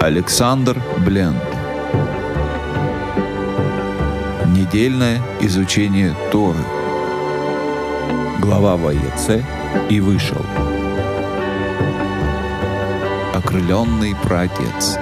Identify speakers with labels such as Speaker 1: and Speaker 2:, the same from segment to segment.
Speaker 1: Александр Бленд. Недельное изучение Торы. Глава Ваеце и вышел. Окрыленный праотец.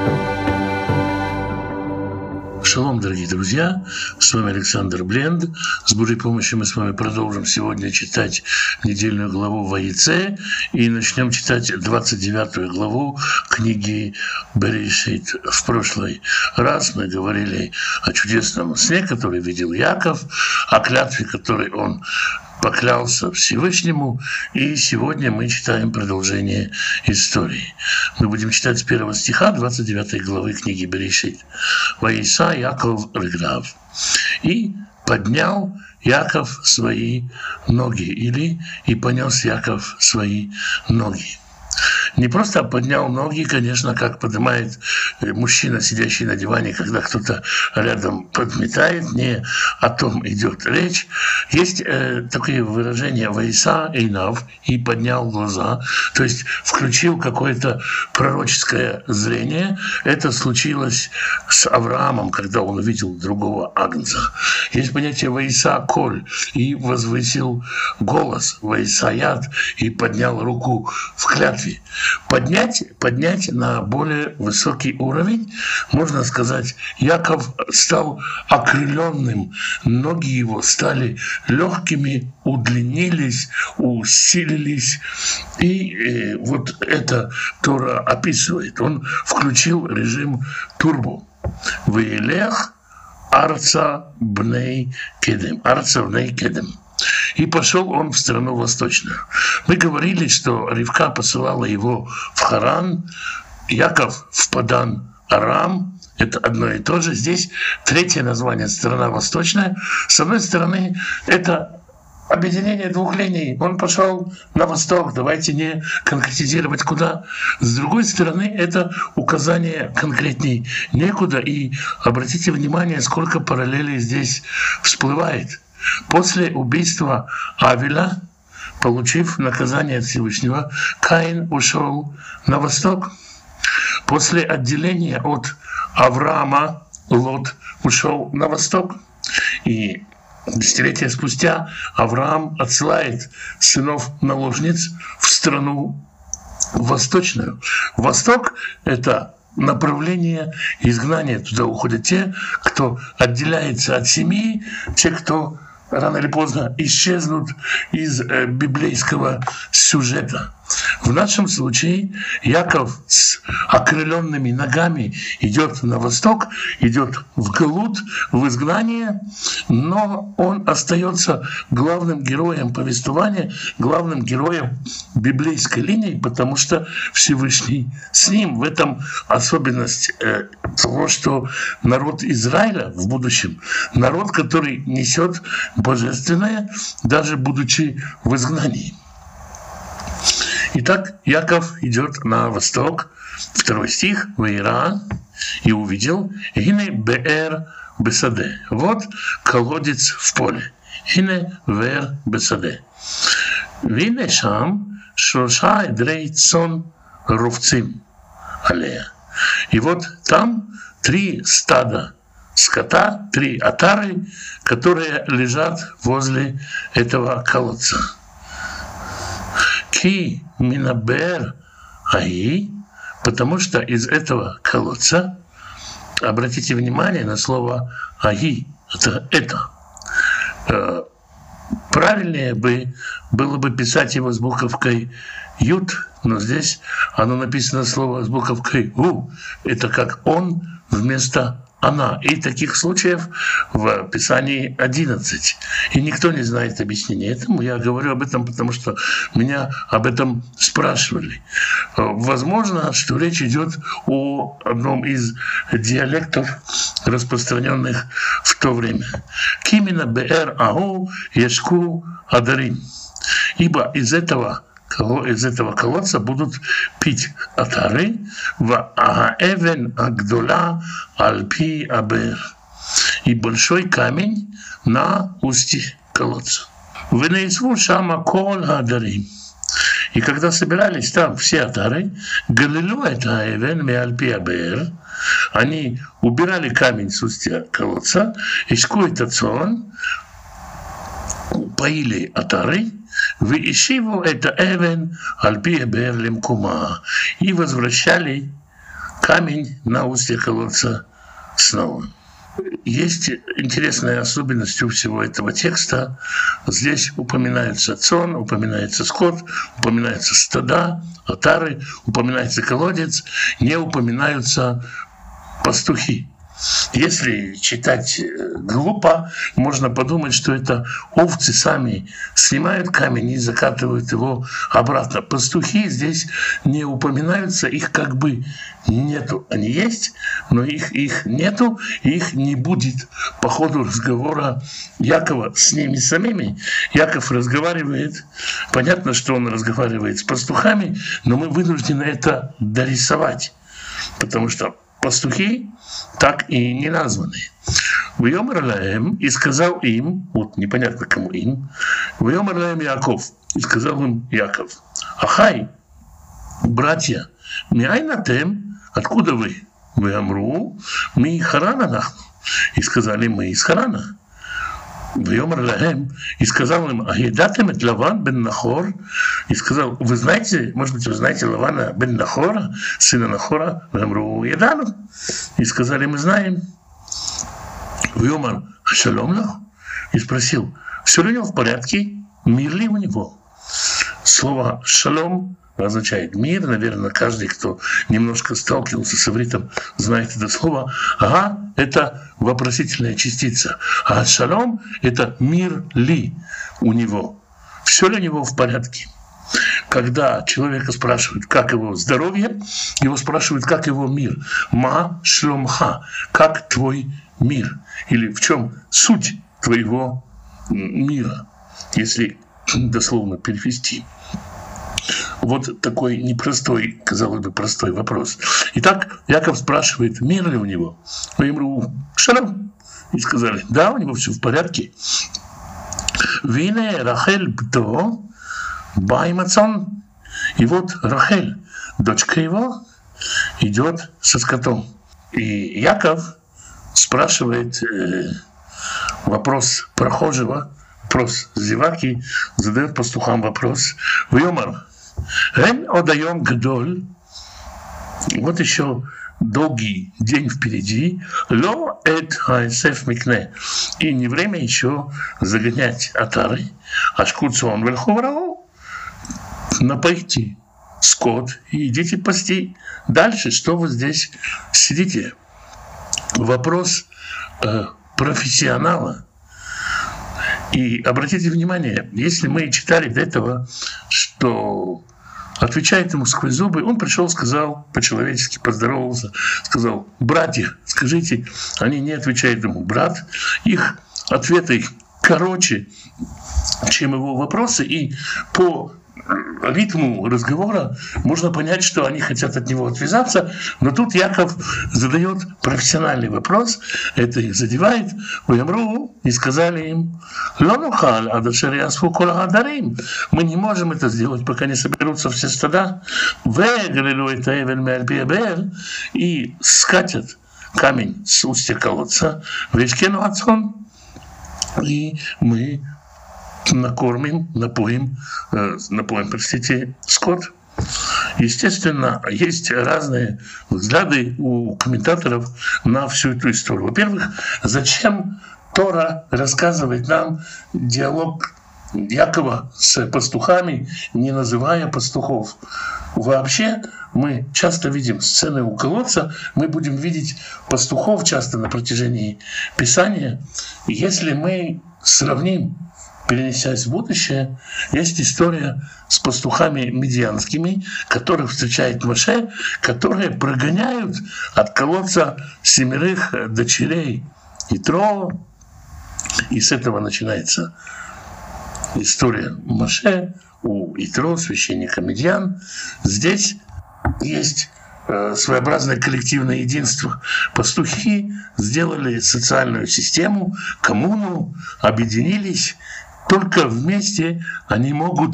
Speaker 2: Шалом, дорогие друзья, с вами Александр Бленд. С Божьей помощью мы с вами продолжим сегодня читать недельную главу Ваеце и начнем читать 29 главу книги Берешит. В прошлый раз мы говорили о чудесном сне, который видел Яков, о клятве, которой он поклялся Всевышнему, и сегодня мы читаем продолжение истории. Мы будем читать с 1 стиха 29 главы книги Берешит. «Ваиса Яков реграв». «И поднял Яков свои ноги», или «и понес Яков свои ноги». Не просто поднял ноги, конечно, как поднимает мужчина, сидящий на диване, когда кто-то рядом подметает, не о том идет речь. Есть такое выражение «ваиса эйнав» и «поднял глаза», то есть включил какое-то пророческое зрение. Это случилось с Авраамом, когда он увидел другого агнца. Есть понятие «ваиса коль» и возвысил голос, «ваиса яд» и поднял руку в клятве. Поднять на более высокий уровень, можно сказать, Яков стал окрыленным, ноги его стали легкими, удлинились, усилились. И вот это Тора описывает. Он включил режим турбо. «Ваелех арца бней кедем». Арца бней кедем. И пошел он в страну восточную. Мы говорили, что Ривка посылала его в Харан, Яков в Падан-Арам. Это одно и то же. Здесь третье название — страна восточная. С одной стороны, это объединение двух линий. Он пошел на восток, давайте не конкретизировать куда. С другой стороны, это указание конкретней некуда. И обратите внимание, сколько параллелей здесь всплывает. После убийства Авеля, получив наказание от Всевышнего, Каин ушел на восток. После отделения от Авраама Лот ушел на восток. И десятилетия спустя Авраам отсылает сынов-наложниц в страну восточную. Восток — это направление изгнания. Туда уходят те, кто отделяется от семьи, те, кто рано или поздно исчезнут из библейского сюжета. В нашем случае Яков с окрыленными ногами идет на восток, идет в Галут, в изгнание, но он остается главным героем повествования, главным героем библейской линии, потому что Всевышний с ним. В этом особенность того, что народ Израиля в будущем, народ, который несет божественное, даже будучи в изгнании. Итак, Яков идет на восток, 2 стих, «Ваира», и увидел, «Гине беэр бесаде». Вот колодец в поле. «Гине беэр бесаде». «Вине шам шлоша эдрей цон ровцим алея». И вот там 3 стада скота, 3 отары, которые лежат возле этого колодца. «Ки минабер аи», потому что из этого колодца, обратите внимание на слово «аи», это. Правильнее было бы писать его с буковкой «ют», но здесь оно написано слово с буковкой «у». Это как «он» вместо «она». И таких случаев в Писании 11. И никто не знает объяснения этому. Я говорю об этом, потому что меня об этом спрашивали. Возможно, что речь идет о одном из диалектов, распространенных в то время. «Кимина беэр агу ешку адарим». Ибо из этого колодца будут пить атары в аэвен агдола альпи абер, и большой камень на устье колодца. Вынесу шама кол адарим, И когда собирались там все отары, галилу это эвен меальпия бэр, они убирали камень с устья колодца, ишку это цон, поили отары, вишиву это эвен альпия бэр лемкума, и возвращали камень на устье колодца снова. Есть интересная особенность у всего этого текста. Здесь упоминается цон, упоминается скот, упоминаются стада, отары, упоминается колодец, не упоминаются пастухи. Если читать глупо, можно подумать, что это овцы сами снимают камень и закатывают его обратно. Пастухи здесь не упоминаются, их как бы нету. Они есть, но их нету, их не будет по ходу разговора Якова с ними самими. Яков разговаривает, понятно, что он разговаривает с пастухами, но мы вынуждены это дорисовать, потому что пастухи так и не названы. «Вьомер лаэм» и сказал им, вот непонятно кому им, «Вьомер лаэм Яков» и сказал им Яков, «Ахай, братья, миайнатем, откуда вы?» «Вьомру, ми Харана нахну» и сказали мы из Харана. «Вьомер лаэм» и сказал им, «Аедатем эт Лаван бен Нахор» и сказал, вы знаете, может быть, вы знаете Лавана бен Нахора, сына Нахора? «Вьомру едану» и сказали, мы знаем. «Вьомер шалом ло» и спросил, все ли у него в порядке, мир ли у него? Слово «шалом» означает мир. Наверное, каждый, кто немножко сталкивался с ивритом, знает это слово. Ага, это вопросительная частица. А шалом — это мир ли у него. Все ли у него в порядке? Когда человека спрашивают, как его здоровье, его спрашивают, как его мир. Ма шломха, как твой мир? Или в чем суть твоего мира, если дословно перевести. Вот такой непростой, казалось бы, простой вопрос. Итак, Яков спрашивает, мир ли у него? Мы ему шалом. И сказали, да, у него все в порядке. Вине Рахель бто баймацон. И вот Рахель, дочка его, идет со скотом. И Яков спрашивает вопрос прохожего, вопрос зеваки, задает пастухам вопрос. Вьомар, «Эн одаем гдоль». Вот еще долгий день впереди. «Ло эт хаэсеф микне». И не время еще загонять отары. «Ашкуцон вельховрау». Напойте скот и идите пасти. Дальше, что вы здесь сидите? Вопрос профессионала. И обратите внимание, если мы читали до этого, что отвечает ему сквозь зубы, он пришел, сказал, по-человечески поздоровался, сказал, братья, скажите, они не отвечают ему, брат, их ответы короче, чем его вопросы, и по ритму разговора можно понять, что они хотят от него отвязаться, но тут Яков задает профессиональный вопрос, это их задевает, «Вьомру» и сказали им, «Ло нухаль ад ашер ясфу кол хадарим». Мы не можем это сделать, пока не соберутся все стада. «Вегалилу эта эвен меальпия бэр» и скатят камень с устья колодца, «Вешкену ацон» и мы напоим, скот. Естественно, есть разные взгляды у комментаторов на всю эту историю. Во-первых, зачем Тора рассказывает нам диалог Якова с пастухами, не называя пастухов? Вообще, мы часто видим сцены у колодца, мы будем видеть пастухов часто на протяжении Писания. Если мы сравним, перенесясь в будущее, есть история с пастухами медианскими, которых встречает Моше, которые прогоняют от колодца 7 дочерей Итро. И с этого начинается история Моше у Итро, священника Медиан. Здесь есть своеобразное коллективное единство. Пастухи сделали социальную систему, коммуну, объединились. Только вместе они могут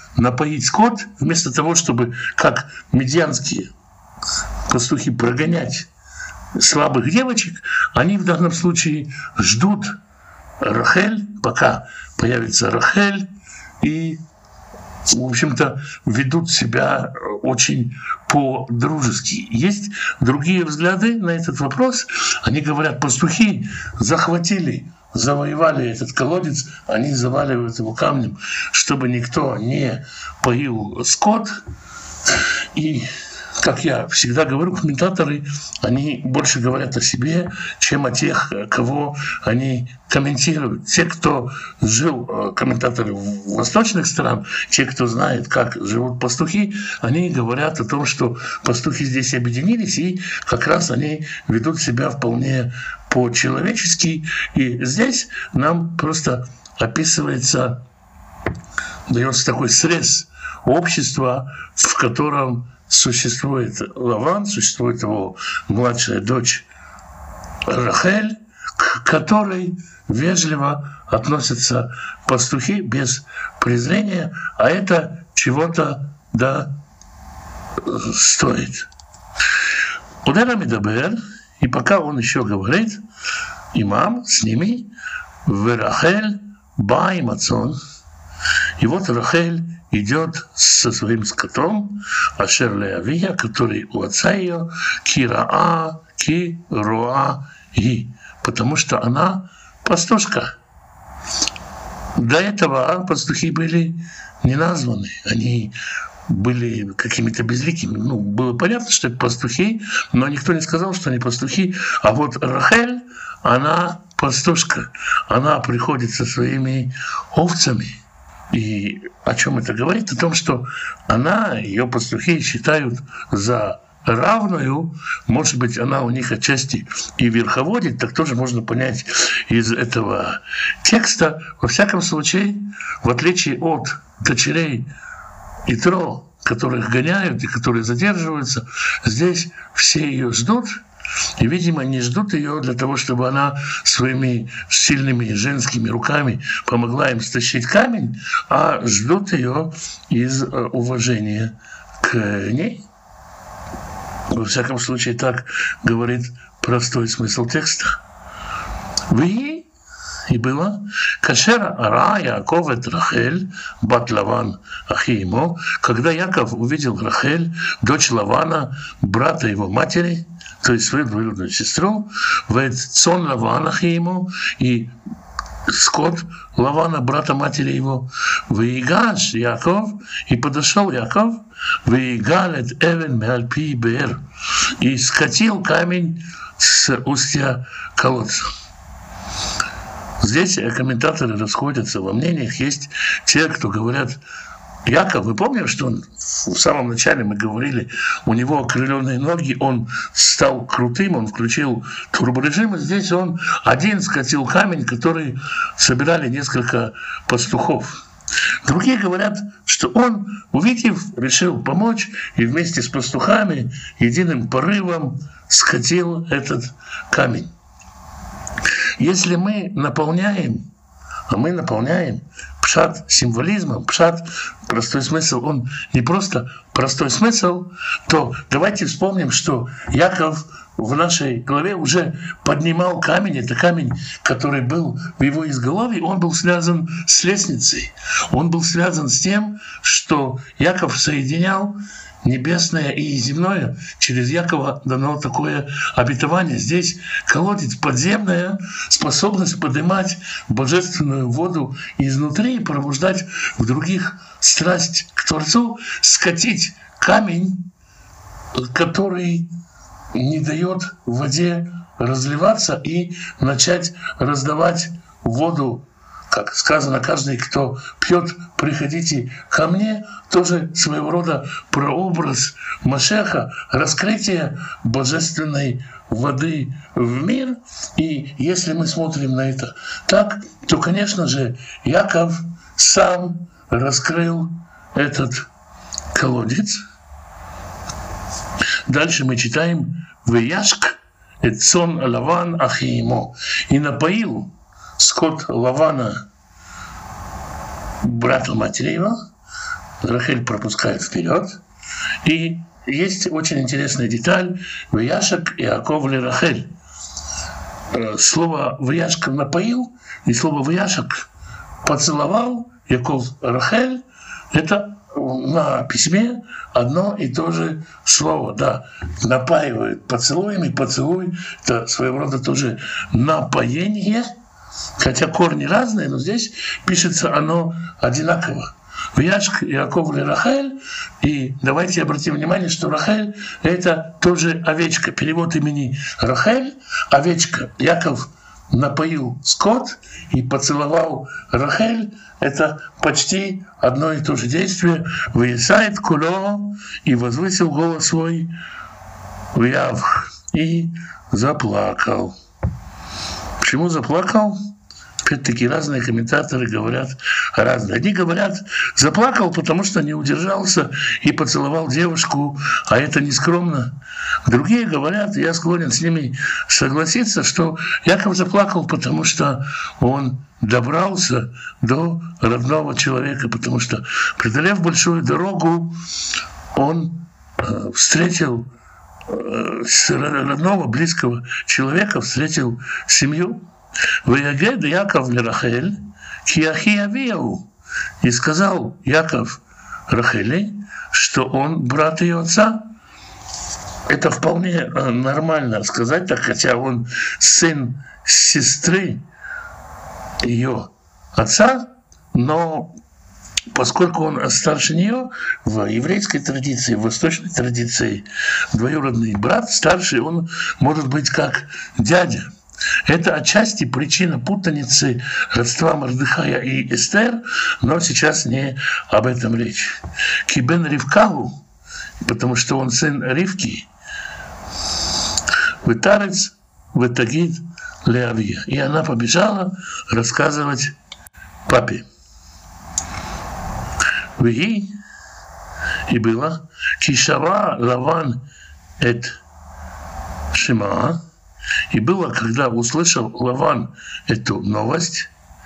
Speaker 2: напоить скот, вместо того, чтобы, как медианские пастухи, прогонять слабых девочек, они в данном случае ждут Рахель, пока появится Рахель, и, в общем-то, ведут себя очень по-дружески. Есть другие взгляды на этот вопрос. Они говорят, пастухи завоевали этот колодец, они заваливают его камнем, чтобы никто не поил скот. И, как я всегда говорю, комментаторы, они больше говорят о себе, чем о тех, кого они комментируют. Те, кто жил, комментаторы восточных стран, те, кто знает, как живут пастухи, они говорят о том, что пастухи здесь объединились, и как раз они ведут себя вполне по-человечески. И здесь нам просто описывается, дается такой срез общества, в котором существует Лаван, существует его младшая дочь Рахель, к которой вежливо относятся пастухи без презрения, а это чего-то стоит. Удара Медабер, и пока он еще говорит, имам с ними, Рахель бай мацон, и вот Рахель идет со своим скотом, Ашер Леавия, который у отца ее, Кираа, Кироа и, потому что она пастушка. До этого пастухи были не названы, они были какими-то безликими. Было понятно, что это пастухи, но никто не сказал, что они пастухи. А вот Рахель, она пастушка, она приходит со своими овцами. И о чем это говорит? О том, что она, ее пастухи считают за равную, может быть, она у них отчасти и верховодит, так тоже можно понять из этого текста. Во всяком случае, в отличие от дочерей Итро, которых гоняют и которые задерживаются, здесь все ее ждут. И, видимо, не ждут ее для того, чтобы она своими сильными женскими руками помогла им стащить камень, а ждут ее из уважения к ней. Во всяком случае, так говорит простой смысл текста. Вы и было кашера ара Яаков эт Рахель бат Лаван ахи имо, когда Яков увидел Рахель, дочь Лавана, брата его матери, то есть свою двоюродную сестру, вэт цон Лаван ахи имо, и скот Лавана, брата матери его, выигаш Яков, и подошел Яков, выигалет эвен меальпи бер, и скатил камень с устья колодца. Здесь комментаторы расходятся во мнениях. Есть те, кто говорят, Яков, вы помните, что он в самом начале мы говорили, у него окрыленные ноги, он стал крутым, он включил турборежим, и здесь он один скатил камень, который собирали несколько пастухов. Другие говорят, что он, увидев, решил помочь и вместе с пастухами единым порывом скатил этот камень. Если мы наполняем, пшат символизмом, пшат, простой смысл, он не просто простой смысл, то давайте вспомним, что Яков в нашей голове уже поднимал камень. Это камень, который был в его изголовье, он был связан с лестницей. Он был связан с тем, что Яков соединял небесное и земное. Через Якова дано такое обетование. Здесь колодец, подземная способность поднимать божественную воду изнутри и пробуждать в других страсть к Творцу, скатить камень, который не дает воде разливаться, и начать раздавать воду. Как сказано, каждый, кто пьет, приходите ко мне, тоже своего рода прообраз Машеха, раскрытие божественной воды в мир. И если мы смотрим на это так, то, конечно же, Яков сам раскрыл этот колодец. Дальше мы читаем «Веяшк эт сон Лаван ахи имо», и напоил скот Лавана, брата матери его, Рахель пропускает вперед. И есть очень интересная деталь. «Ваяшек Иаков ле Рахель». Слово «ваяшек» напоил, и слово «ваяшек» поцеловал Яков Рахель. Это на письме одно и то же слово. Да, напаивает поцелуями. Поцелуй – это своего рода тоже напоение. Хотя корни разные, но здесь пишется оно одинаково. «Ваяшек Иаков ле Рахель». И давайте обратим внимание, что Рахель – это тоже овечка. Перевод имени Рахель – овечка. Яков напоил скот и поцеловал Рахель. Это почти одно и то же действие. «Ваисает куло» и возвысил голос свой «Вяв» и заплакал. Почему заплакал? Опять-таки разные комментаторы говорят разные. Одни говорят, заплакал, потому что не удержался и поцеловал девушку, а это нескромно. Другие говорят, я склонен с ними согласиться, что Яков заплакал, потому что он добрался до родного человека, потому что, преодолев большую дорогу, он встретил родного, близкого человека, встретил семью. «Ваягед Яков ле Рахель, ки ахи авиау». И сказал Яков Рахели, что он брат ее отца. Это вполне нормально сказать так, хотя он сын сестры ее отца, но поскольку он старше нее, в еврейской традиции, в восточной традиции, двоюродный брат старший, он может быть как дядя. Это отчасти причина путаницы родства Мордехая и Эстер, но сейчас не об этом речь. Кибен Ривкаву, потому что он сын Ривки, вытарец, вытагид Леавия. И она побежала рассказывать папе. Веги, и было, кишава Лаван эт Шимаа. И было, когда услышал Лаван эту новость,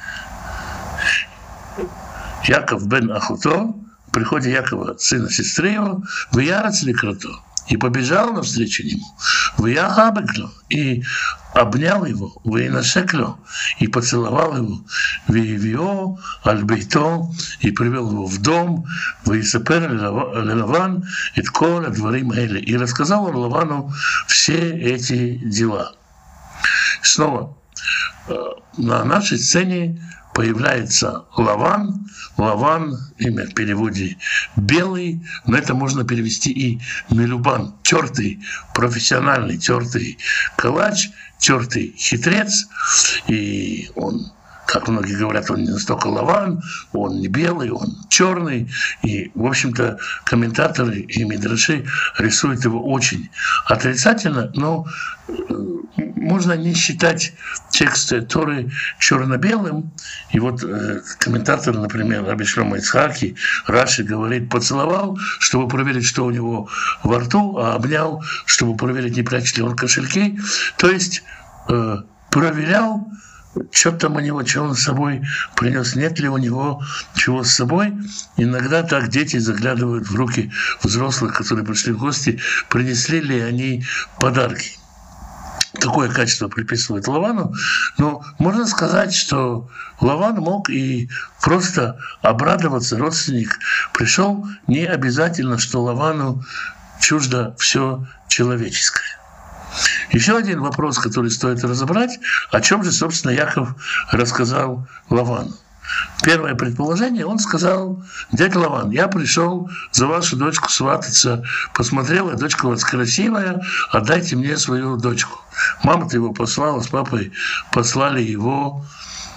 Speaker 2: Яков бен Ахуто, в приходе Якова, сына сестры его, в Ярец Ликрато, и побежал навстречу нему, в Яхабекло, и обнял его, в Инашекло, и поцеловал его, в Ивио, Альбейто, и привел его в дом, в Исапер Лаван, и Ткола Дворим Эли, и рассказал он Лавану все эти дела. Снова на нашей сцене появляется Лаван. Лаван, имя в переводе белый, но это можно перевести и Мелюбан, тертый, профессиональный, тертый калач, тертый хитрец. И он, как многие говорят, он не настолько Лаван, он не белый, он черный. И, в общем-то, комментаторы и мидраши рисуют его очень отрицательно, но можно не считать текст Торы черно-белым. И вот комментатор, например, Раби Шломо Ицхаки, Раши говорит, поцеловал, чтобы проверить, что у него во рту, а обнял, чтобы проверить, не прячет ли он кошельки. То есть проверял, что там у него, что он с собой принес, нет ли у него чего с собой. Иногда так дети заглядывают в руки взрослых, которые пришли в гости, принесли ли они подарки. Такое качество приписывает Лавану, но можно сказать, что Лаван мог и просто обрадоваться, родственник пришел, не обязательно, что Лавану чуждо все человеческое. Еще один вопрос, который стоит разобрать, о чем же, собственно, Яков рассказал Лавану. Первое предположение, он сказал: дядя Лаван, я пришел за вашу дочку свататься, посмотрел, дочка у вас красивая, отдайте мне свою дочку. Мама-то его послала, с папой послали его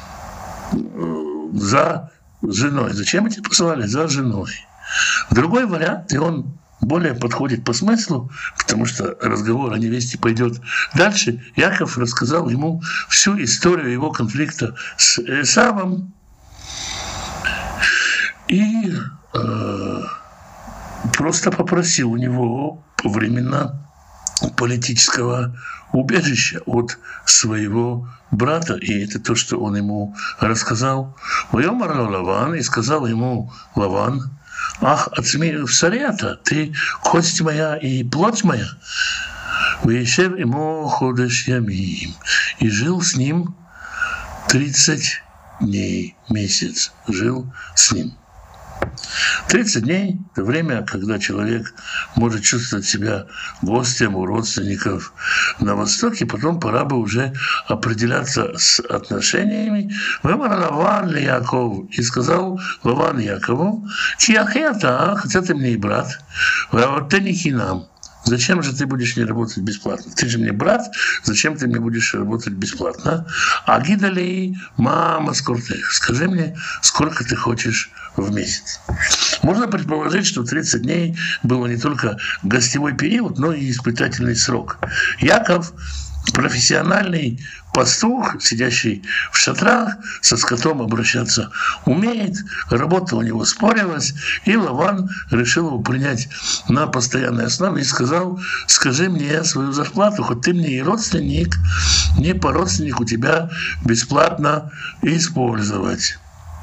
Speaker 2: за женой. Зачем эти послали? За женой. Другой вариант, и он более подходит по смыслу, потому что разговор о невесте пойдет дальше. Яков рассказал ему всю историю его конфликта с Эсавом и просто попросил у него временно политического убежища от своего брата. И это то, что он ему рассказал. «Вайомар ло Лаван», и сказал ему Лаван: ах, ацми всарята, ты кость моя и плоть моя. Веешев ему ходеш ямим. И жил с ним 30 дней, месяц жил с ним. 30 дней – это время, когда человек может чувствовать себя гостем у родственников на Востоке, потом пора бы уже определяться с отношениями. Вымар Лаван ли Яков, и сказал Лаван Якову, чьяхета, хотя ты мне и брат, вот ты не хинам. Зачем же ты будешь не работать бесплатно? Ты же мне брат, зачем ты мне будешь работать бесплатно? А гидали мама скортех. Скажи мне, сколько ты хочешь в месяц? Можно предположить, что 30 дней было не только гостевой период, но и испытательный срок. Яков, профессиональный пастух, сидящий в шатрах, со скотом обращаться умеет, работа у него спорилась, и Лаван решил его принять на постоянной основе и сказал: скажи мне свою зарплату, хоть ты мне и родственник, не по родственнику тебя бесплатно использовать.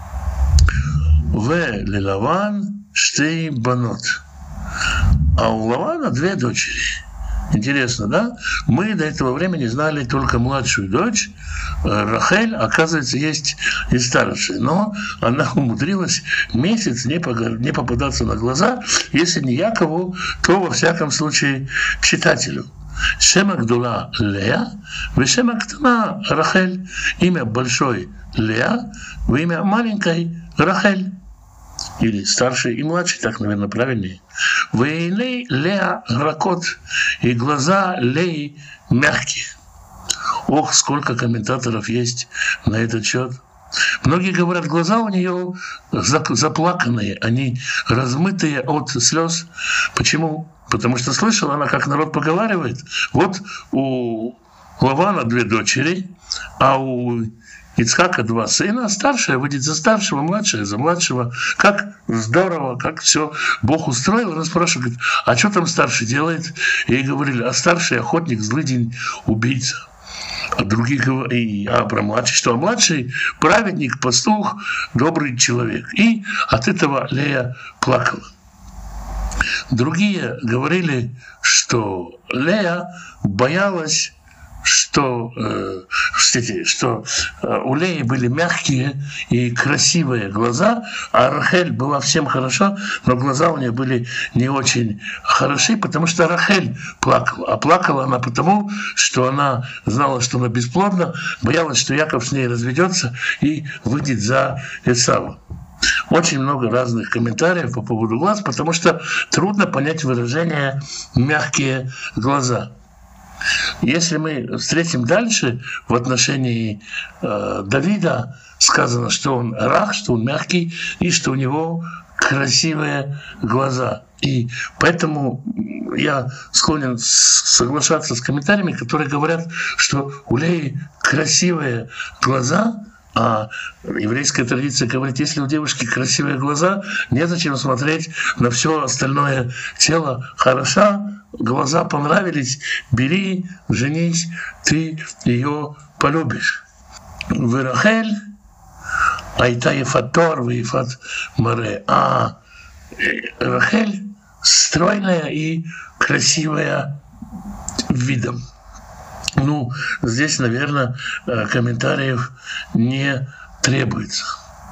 Speaker 2: Ле Лаван штей банот. А у Лавана 2 дочери. Интересно, да? Мы до этого времени знали только младшую дочь. Рахель, оказывается, есть и старшая. Но она умудрилась месяц не попадаться на глаза, если не Якову, то, во всяком случае, читателю. Шема гдула Лея, вешема ктана Рахель. Имя большой Лея, в имя маленькой Рахель. Или старший и младший, так, наверное, правильнее. Вейней Леа ракот, и глаза Леи мягкие. Ох, сколько комментаторов есть на этот счет. Многие говорят, глаза у нее заплаканные, они размытые от слез. Почему? Потому что слышала она, как народ поговаривает. Вот у Лавана 2 дочери, а у Ицхака 2 сына, старшая выйдет за старшего, младшая за младшего. Как здорово, как все Бог устроил. Она спрашивает, говорит, а что там старший делает? Ей говорили, а старший охотник, злыдень, убийца. А другие говорили, а про младший, что? А младший праведник, пастух, добрый человек. И от этого Лея плакала. Другие говорили, что Лея боялась, что у Леи были мягкие и красивые глаза, а Рахель была всем хороша, но глаза у нее были не очень хороши, потому что Рахель плакала. А плакала она потому, что она знала, что она бесплодна, боялась, что Яков с ней разведется и выйдет за Эсава. Очень много разных комментариев по поводу глаз, потому что трудно понять выражение «мягкие глаза». Если мы встретим дальше в отношении Давида, сказано, что он рах, что он мягкий и что у него красивые глаза. И поэтому я склонен соглашаться с комментариями, которые говорят, что у Леи красивые глаза, а еврейская традиция говорит, если у девушки красивые глаза, незачем смотреть на все остальное тело. Хороша, глаза понравились, бери, женись, ты ее полюбишь. Вирахель, айта ефатор, вифат маре. А Рахель стройная и красивая видом. Ну, здесь, наверное, комментариев не требуется.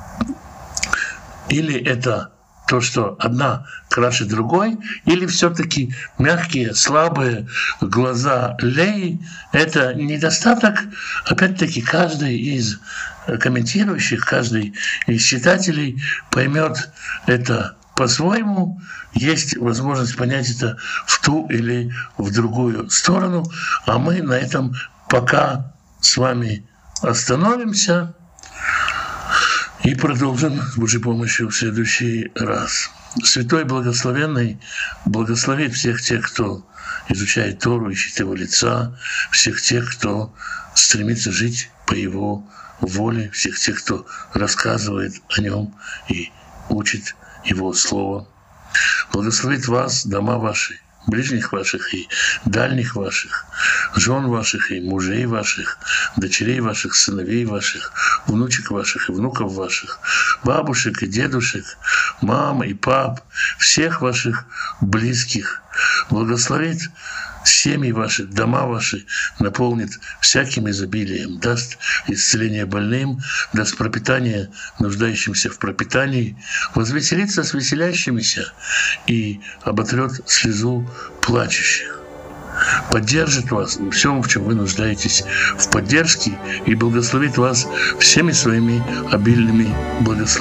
Speaker 2: Или это то, что одна краше другой, или все-таки мягкие, слабые глаза Леи – это недостаток. Опять-таки, каждый из комментирующих, каждый из читателей поймет это по-своему. Есть возможность понять это в ту или в другую сторону. А мы на этом пока с вами остановимся и продолжим с Божьей помощью в следующий раз. Святой Благословенный благословит всех тех, кто изучает Тору, ищет Его лица, всех тех, кто стремится жить по Его воле, всех тех, кто рассказывает о Нем и учит Его Слово. Благословит вас, дома ваши, ближних ваших и дальних ваших, жен ваших и мужей ваших, дочерей ваших, сыновей ваших, внучек ваших и внуков ваших, бабушек и дедушек, мам и пап, всех ваших близких. Благословит семьи ваши, дома ваши, наполнит всяким изобилием, даст исцеление больным, даст пропитание нуждающимся в пропитании, возвеселится с веселящимися и оботрет слезу плачущих. Поддержит вас во всем, в чем вы нуждаетесь в поддержке, и благословит вас всеми своими обильными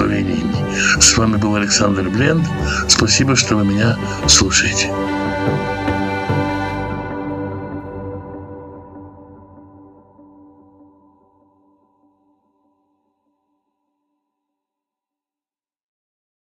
Speaker 2: благословениями. С вами был Александр Бленд. Спасибо, что вы меня слушаете.